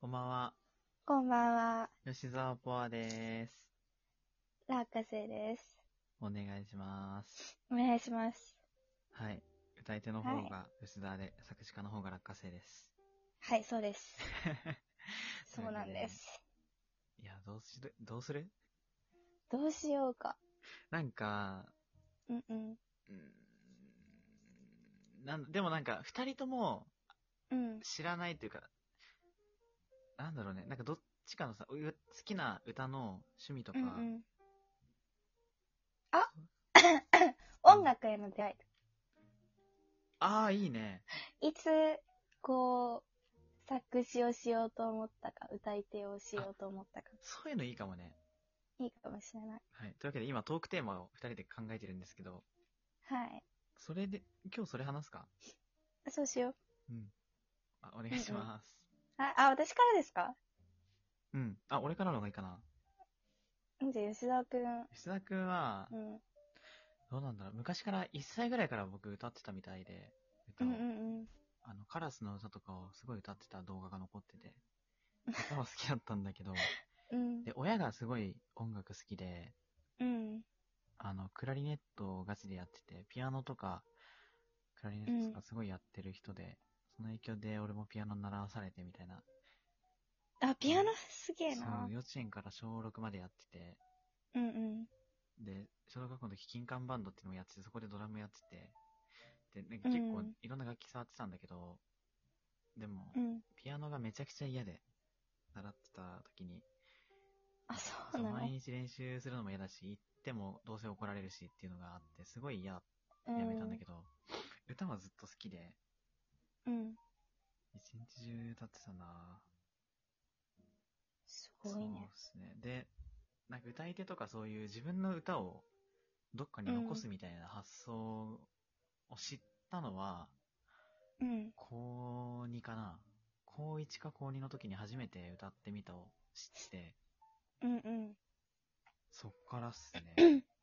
こんばんは。 こんばんは。 吉沢ポアです。 落花生です。 お願いします。 お願いします。 はい。歌い手のはい。 方が吉沢で、作詞家の方が落花生です。 はい、そうです。 というそうわけで、 なんです。 いや、どうするどうしようか。 なんか、 うんうん。 でもなんか、二人ともうん。 知らないというか、なんだろうね。なんかどっちかのさ、好きな歌の趣味とか、 うんうん。あうん。 音楽への出会ああ、いいね。 い。いつ、こう、作詞をしようと思ったか、歌い手をしあ、 ようと思ったか。 そういうのいいかもね。 いいかもしれない。 はい。というわけで、今トークテーマを二人で考えてるんですけど、 はい。 それで、今日それ話すか？ そうしようん。あ、お願いう。うんうん。 します。 私からですか？ うん。あ、俺からの方がいいかな。 じゃあ、吉田くん。 吉田くんは、 うん。 どうなんだろう。昔から1歳ぐらいから僕歌ってたみたいで、 うんうん歌を。 うん。 カラスの歌とかをすごい歌ってた動画が残ってて、歌は好きだったんだけど、 うん。 で、親がすごい音楽好きで、 うん。 クラリネットをガチでやってて、ピアノとか、クラリネッうん。 トとかすごいやってる人で、その影響で俺もピアノ習わされてみたいな。 あ、ピアノすげえそう、 な。 幼稚園から小6までやってて、 うんうん。 で、小学校の時、金管バンドっていうのをやってて、そこでドラムやってて、で、なんか結構うん。 いろんな楽器触ってたんだけど、でも、 うん。 ピアノがめちゃくちゃ嫌で、習ってた時に、 あ、そうそう、 なの？ 毎日練習するのも嫌だし、行ってもどうせ怒られるしっていうのがあって、すごい嫌、やめたんだうん。 けど、歌はずっと好きで、 うん。 一日中歌ってたな。 すそうごいね。 ですね。で、なんか歌い手とかそういう自分の歌をどっかに残うん。 すみたいな発想を知ったのは、 うん。 高2かな。高1か高2の時に初めて歌ってみたを知って、 うんうん。 そっからっすね。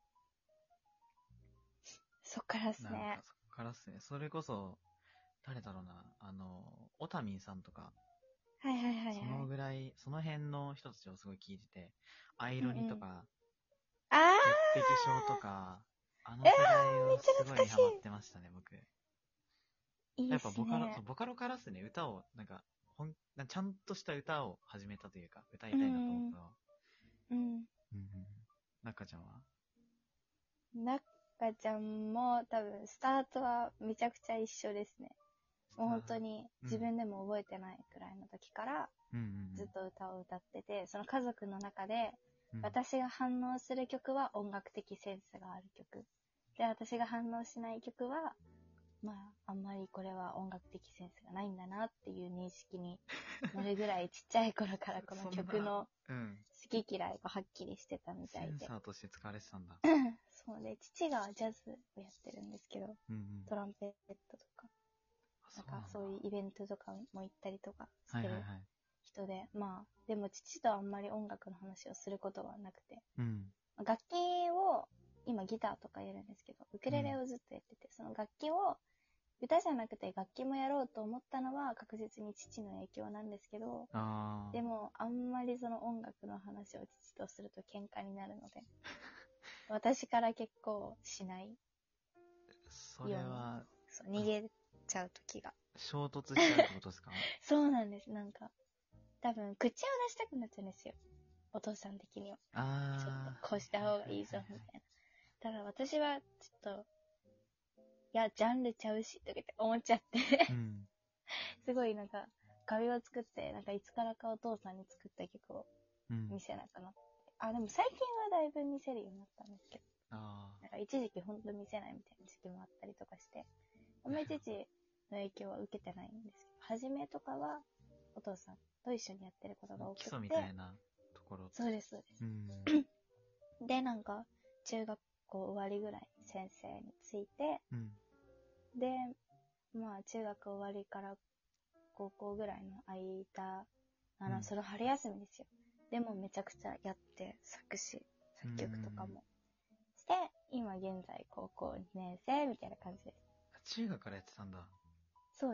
そっからっすね。 なんかそっからっすね。それこそ、誰だろうな。オタミンさんとか、 はいはいはいそはい。 のぐらい、その辺の人たちをすごい聞いてて、アイロニとうんうん。 か、 あー潔癖症とか、あめっの世代をちゃすごいハマっ懐かしてましたね、僕。 い。いいっやっぱボカロ、そすね。 う、ボカロからっすね、歌を、なんか、ちゃんとした歌を始めたというか、歌いうたいなと思っんたのは。 うん。 うんうん。中ちゃんは？ なっかちゃんも多分スタートはめちゃくちゃ一緒ですね。もう本当にうん。 自分でも覚えてないくらいの時からうんうんずっと歌を歌ってて、その家族の中でうん。 私が反応する曲は音楽的センスがある曲。で、私が反応しない曲は、まあ、あんまりこれは音楽的センスがないんだなっていう認識になるぐらいちっちゃい頃からこのそんな、 曲のうん。 好き嫌いがはっきりしてたみたセンいで。 サーとして使われてたんだ。 そうで、父がジャズをやってるんですけど、 うんうん。 トランペットとか、 あ、 なんそうなんだ。 かそういうイベントとかも行ったりとかしてるはいはいはい。 人で、まあ、でも父とあんまり音楽の話をすることはなくて、 うん。 楽器を、今ギターとかやるんですけど、ウクレレをずっとやってて、その楽器を、歌じゃなくて楽器もやろうと思ったのは確実に父の影響なんですけど、 あー。 でもあんまりその音楽の話を父とすると喧嘩になるので、私から結構しないそれように、 は、 そう逃げちゃう時が。 衝突しちゃうってことですか？ そうなんです。なんか、多分口を出したくなっちゃうんですよ。お父さん的には。ちょっとあこうしたー。はい方がいいぞ、 はいはいはい。 みたいな。ただ私はちょっと、いや、ジャンルちゃうし、とかって思っちゃってうん。 すごいなんか、壁を作って、なんかいつからかお父さんに作った曲をうん。 見せなくなって。あ、でも最近はだいぶ見せるようになったんですけど、 あなんか一時期ほんと見せないみたいな時期もあったりとかして、あんまり父の影響は受けてないんですけど、初めとかはお父さんと一緒にやってることが多くて、 基礎みたいなところ。 そうです、そうでうん。 す。で、なんか、中学校終わりぐらいに先生について、 うん。 で、まあ中学終わりから高校ぐらいの間、 うん。 その春休みですよ。でもめちゃくちゃやって、作詞、作曲とかもして、今現在高校2年生みたいな感じです。 中学からやってたんだ。 そうです。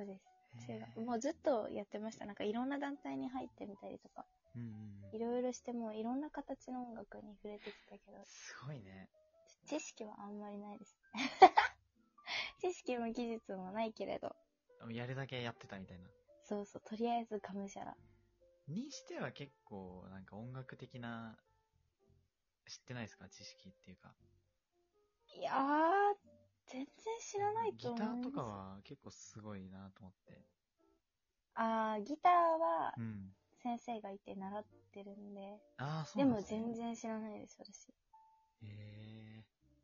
もうずっとやってました。なんかいろんな団体に入ってみたりとか、 うんうんうん。 いろいろしてもいろんな形の音楽に触れてきたけど、 すごいね。 知識はあんまりないです。知識も技術もないけれど、 やるだけやってたみたいな。 そうそう、とりあえずがむしゃら。 にしては結構、なんか音楽的な、知ってないですか知識っていうか。 いやー、全然知らないとギターと思います。 かは結構すごいなと思って。 ギターはうん。 先生がいて習ってるんで、 ああ、そうでもなんですね。 全然知らないです、私。 へえ。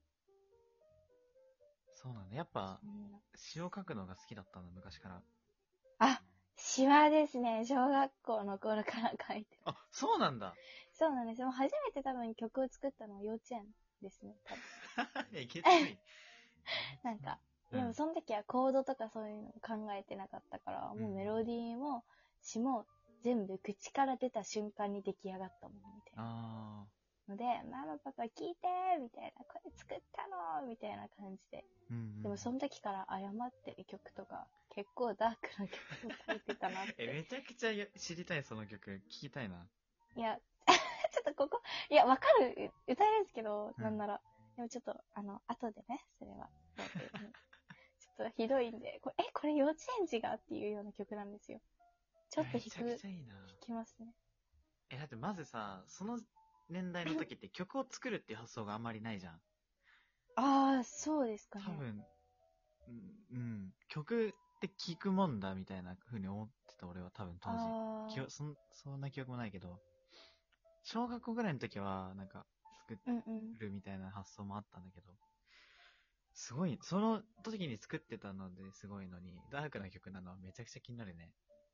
そうなんだ。やっぱ、 そんな。 詩を書くのが好きだったんだ、昔から。 あ、詩はですね、小学校の頃から書いてる。 あ、そうなんだ。 そうなんです。もう初めて多分曲を作ったのは幼稚園ですね、多分。 えげつない。 なんか、 うんでもその時はコードとかそういうの考えてなかったから、もうメロディーも詩も全部口から出た瞬間に出来上がったもんみたいな。 あので、ママパパ聞いてみたいな、これ作ったのみたいな感じで。 ー。うんうん。 でもその時から謝ってる曲とか、結構ダークな曲を書いてたなっえ、 て。 めちゃくちゃ知りたい、その曲。聞きたいな。 いや、ちょっとここ、いや、わかる、歌えるんですけど、 うんなんなら。でもちょっと、後でね、それは。ちょっとひどいんで、これ幼稚園児がっていうような曲なんですよ。ちょっとめちゃくちゃいいな。 弾きますね。 え、だってまずさ、その年代の時って曲を作るっていう発想があんまりないじゃん。 ああ、そうですかね。 多分、うん、曲って聞くもんだみたいな風に思ってた俺は多分当時。 ああ、 そんな記憶もないけど、小学校ぐらいの時は、なんか、作うんうん。 るみたいな発想もあったんだけど、すごい、その時に作ってたのですごいのに、ダークな曲なのはめちゃくちゃ気になるね。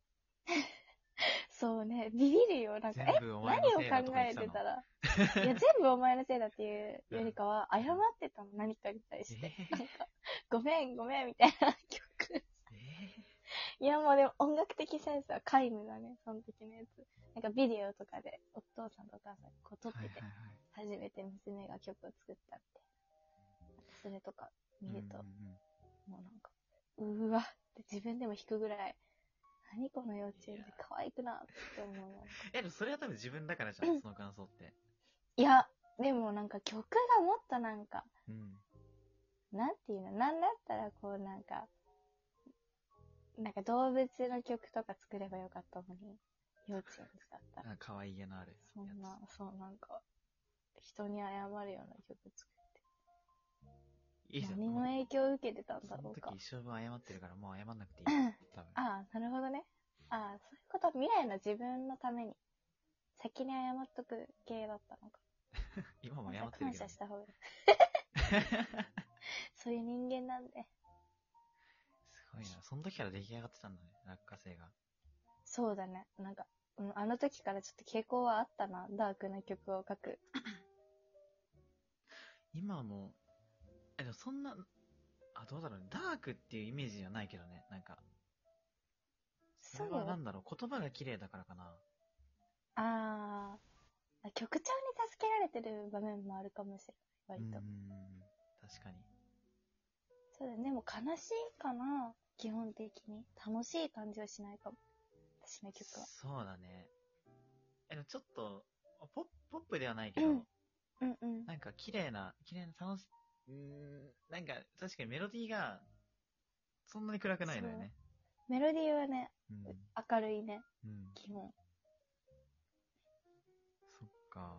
そうね、ビビるよ。なんか、 全部お前の何を考せいだとか言ってたの。 えてたら。いや、全部お前のせいだっていうよりかは、謝ってたの、何かに対して。なんか、ごめん、ごめん、みたいな曲。いや、もうでも音楽的センスは皆無だね、その時のやつ。なんかビデオとかでお父さんとお母さんこう撮ってて、 はいはいはい。 初めて娘が曲を作ったみたいな。それとか見ると、もうなんか、うわって自分でも弾くぐらい、何この幼稚園で可愛くなって思うよ。 でもそれは多分自分だからじゃん、その感想って。 いや、でもなんか曲がもっとなんか、 うん。 なんていうの、なんだったらこうなんか動物の曲とか作ればよかったのに、幼稚園児だったら。 あ、可愛げのあるそんなや、 そうなんか、人に謝るような曲作って。 つ。いいじゃん。 何のもう、 影響を受けてたんだそのろうか。 時一生分謝ってるからもう謝んなくていい。多分。 ああ、なるほどね。ああ、そういうことは未来の自分のために、先に謝っとく系だったのか。 今も謝ってる感けどね。 謝した方がいい。そういう人間なんで。 すごいな。その時から出来上がってたんだね、落花生が。 そうだね。なんか、あの時からちょっと傾向はあったな。ダークな曲を書く。 今も、でもそんな、どうだろうね。ダークっていうイメージじゃないけどね。なんか、それはそう。 なんだろう。言葉が綺麗だからかな。 ああ、曲調に助けられてる場面もあるかもしれない。割と。 確かに。 そうだね。でも悲しいかな。基本的に。楽しい感じはしないかも。私の曲は。 そうだね。でもちょっと、ポップではないけうん。 ど、 うんうん。 なんか綺麗な楽し、なんか確かにメロディーがそんなに暗くないそう。 のよね。 メロディーはね、 うん。 明るいね。 うん。 基本。 そっか。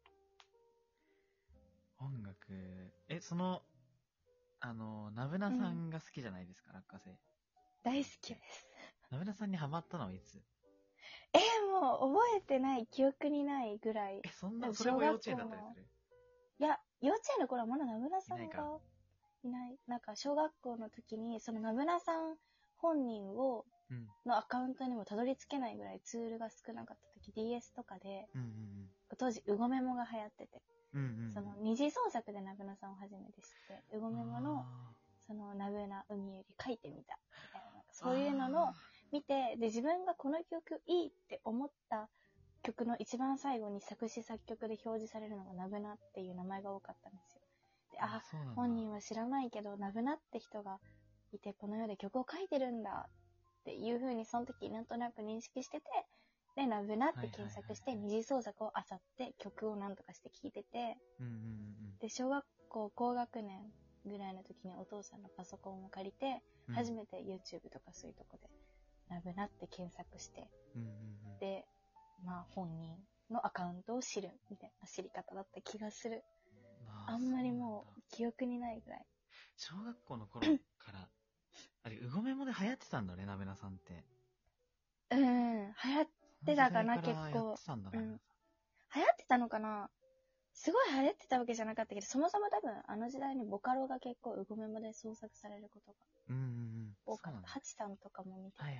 音楽、その、ナブナさんが好きじゃないですか、落花生。 大好きです。 ナブナさんにハマったのはいつ？ もう覚えてない、記憶にないぐらい。 そんな、それ小も幼稚園学校の、 だったりする？ いや、幼稚園の頃はまだナブナさんがいないか。 いない。なんか、小学校の時に、そのナブナさん本人うん。 のアカウントにもたどり着けないぐらいツールが少なかった時、DS とかで、 うんうん当時、ウゴメモが流行ってて、 うん。うんうん。 その二次創作でナブナさんを初めて知って、ウゴメモの、 あそのナブナ海より書いてみた、みたいな、なんかーそういうのの見て、で、自分がこの曲いいって思った曲の一番最後に作詞作曲で表示されるのがナブナっていう名前が多かったんですよ。で、 そうなんだ。 本人は知らないけど、ナブナって人がいて、この世で曲を書いてるんだっていう風にその時なんとなく認識してて、で、ナブナって検索して二次創作を漁って曲をなんとかして聴いてて、で、小学校高学年ぐらいの時にお父さんのパソコンを借りて、初めて YouTube とかそういうとこでナブナって検索して、で、まあ本人のアカウントを知るみたいな知り方だった気がする。あんまりもう記憶にないぐらい。 小学校の頃から、あれ、うごめもで流行ってたんだね、ナベナさんって。 流行ってたかな、結構。 やってたんだな。 流行ってたのかな、すごい流行ってたわけじゃなかったけど、そもそも多分あの時代にボカロが結構うごめもで創作されることが多かった。ハチさんとかも見てた。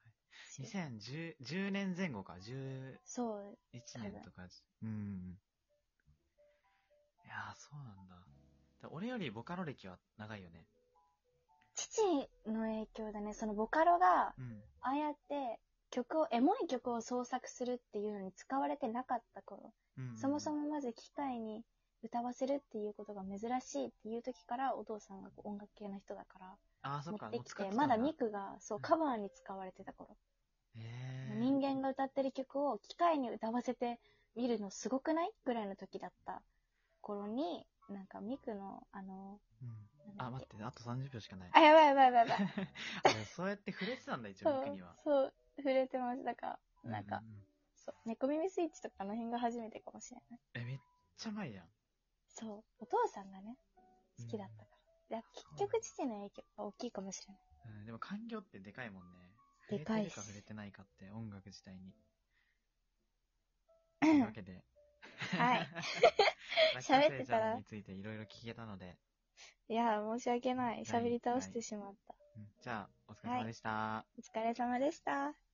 2010年前後か、 そう 1年とか。いやー、そうなんだ。俺よりボカロ歴は長いよね。 父の影響だね。そのボカロが、ああやってエモい曲を創作するっていうのに使われてなかった頃、そもそもまず機械に歌わせるっていうことが珍しいっていう時からお父さんが音楽系の人だから持ってきて、まだミクがカバーに使われてた頃。人間が歌ってる曲を機械に歌わせてみるのすごくないぐらいの時だった頃に、なんかミクの待って、あと30秒しかない。 やばい。 そうやって触れてたんだ、一応ミクには。 そう、触れてましたか。なんか、猫耳スイッチとかの辺が初めてかもしれない。 めっちゃ前やん。 そう、お父さんがね、好きだったから。結局父の影響が大きいかもしれない。 でも環境ってでかいもんね。 でかいし。 触れてるか触れてないかって音楽自体に。というわけで。 はい。喋ってたら。 についていろいろ聞けたので。 いや、申し訳ない。喋り倒してしまった。 じゃあ、お疲れ様でした。 お疲れ様でした。